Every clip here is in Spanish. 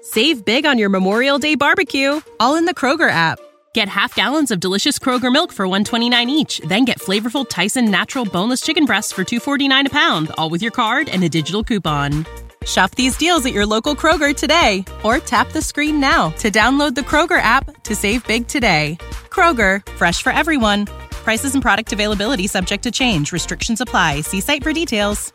Save big on your Memorial Day barbecue, all in the Kroger app. Get half gallons of delicious Kroger milk for $1.29 each. Then get flavorful Tyson natural boneless chicken breasts for $2.49 a pound, all with your card and a digital coupon. Shop these deals at your local Kroger today, or tap the screen now to download the Kroger app to save big today. Kroger, fresh for everyone. Prices and product availability subject to change. Restrictions apply. See site for details.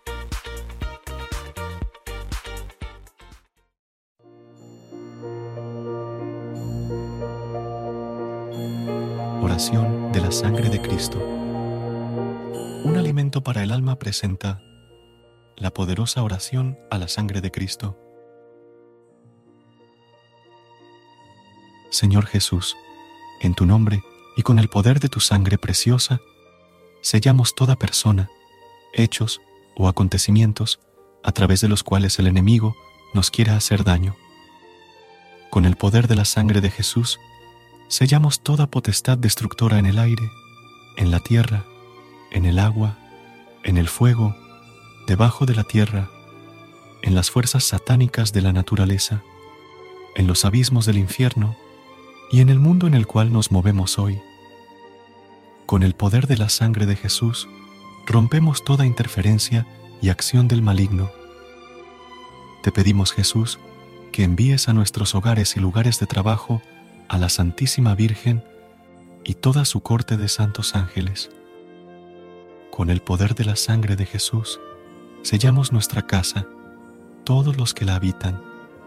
Oración de la sangre de Cristo. Un alimento para el alma presenta la poderosa oración a la sangre de Cristo. Señor Jesús, en tu nombre y con el poder de tu sangre preciosa, sellamos toda persona, hechos o acontecimientos a través de los cuales el enemigo nos quiera hacer daño. Con el poder de la sangre de Jesús, sellamos toda potestad destructora en el aire, en la tierra, en el agua, en el fuego, debajo de la tierra, en las fuerzas satánicas de la naturaleza, en los abismos del infierno y en el mundo en el cual nos movemos hoy. Con el poder de la sangre de Jesús, rompemos toda interferencia y acción del maligno. Te pedimos, Jesús, que envíes a nuestros hogares y lugares de trabajo a la Santísima Virgen y toda su corte de santos ángeles. Con el poder de la sangre de Jesús, sellamos nuestra casa, todos los que la habitan.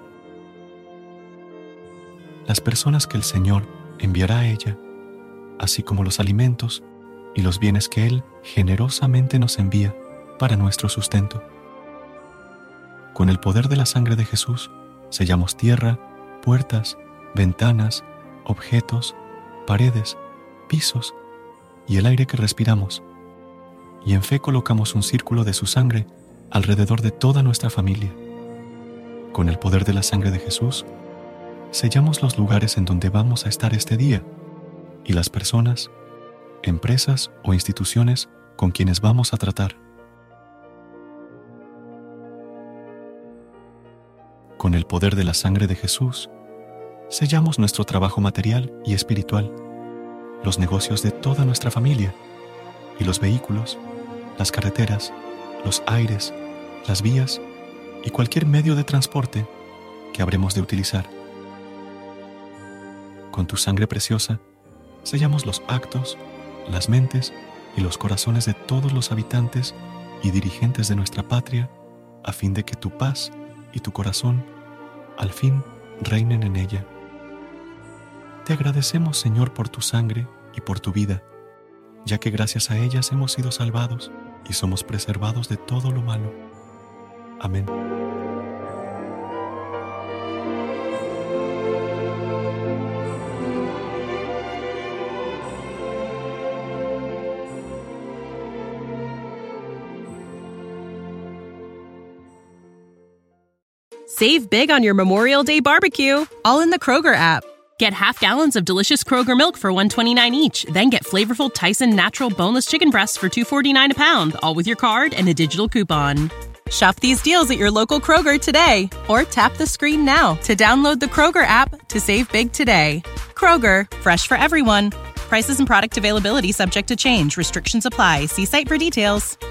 Las personas que el Señor enviará a ella, así como los alimentos y los bienes que Él generosamente nos envía para nuestro sustento. Con el poder de la sangre de Jesús, sellamos tierra, puertas, ventanas, objetos, paredes, pisos y el aire que respiramos, y en fe colocamos un círculo de su sangre alrededor de toda nuestra familia. Con el poder de la sangre de Jesús, sellamos los lugares en donde vamos a estar este día y las personas, empresas o instituciones con quienes vamos a tratar. Con el poder de la sangre de Jesús, sellamos nuestro trabajo material y espiritual, los negocios de toda nuestra familia y los vehículos, las carreteras, los aires, las vías y cualquier medio de transporte que habremos de utilizar. Con tu sangre preciosa, sellamos los actos, las mentes y los corazones de todos los habitantes y dirigentes de nuestra patria, a fin de que tu paz y tu corazón al fin reinen en ella. Te agradecemos, Señor, por tu sangre y por tu vida, ya que gracias a ellas hemos sido salvados y somos preservados de todo lo malo. Amén. Save big on your Memorial Day barbecue, all in the Kroger app. Get half gallons of delicious Kroger milk for $1.29 each. Then get flavorful Tyson natural boneless chicken breasts for $2.49 a pound, all with your card and a digital coupon. Shop these deals at your local Kroger today, or tap the screen now to download the Kroger app to save big today. Kroger, fresh for everyone. Prices and product availability subject to change. Restrictions apply. See site for details.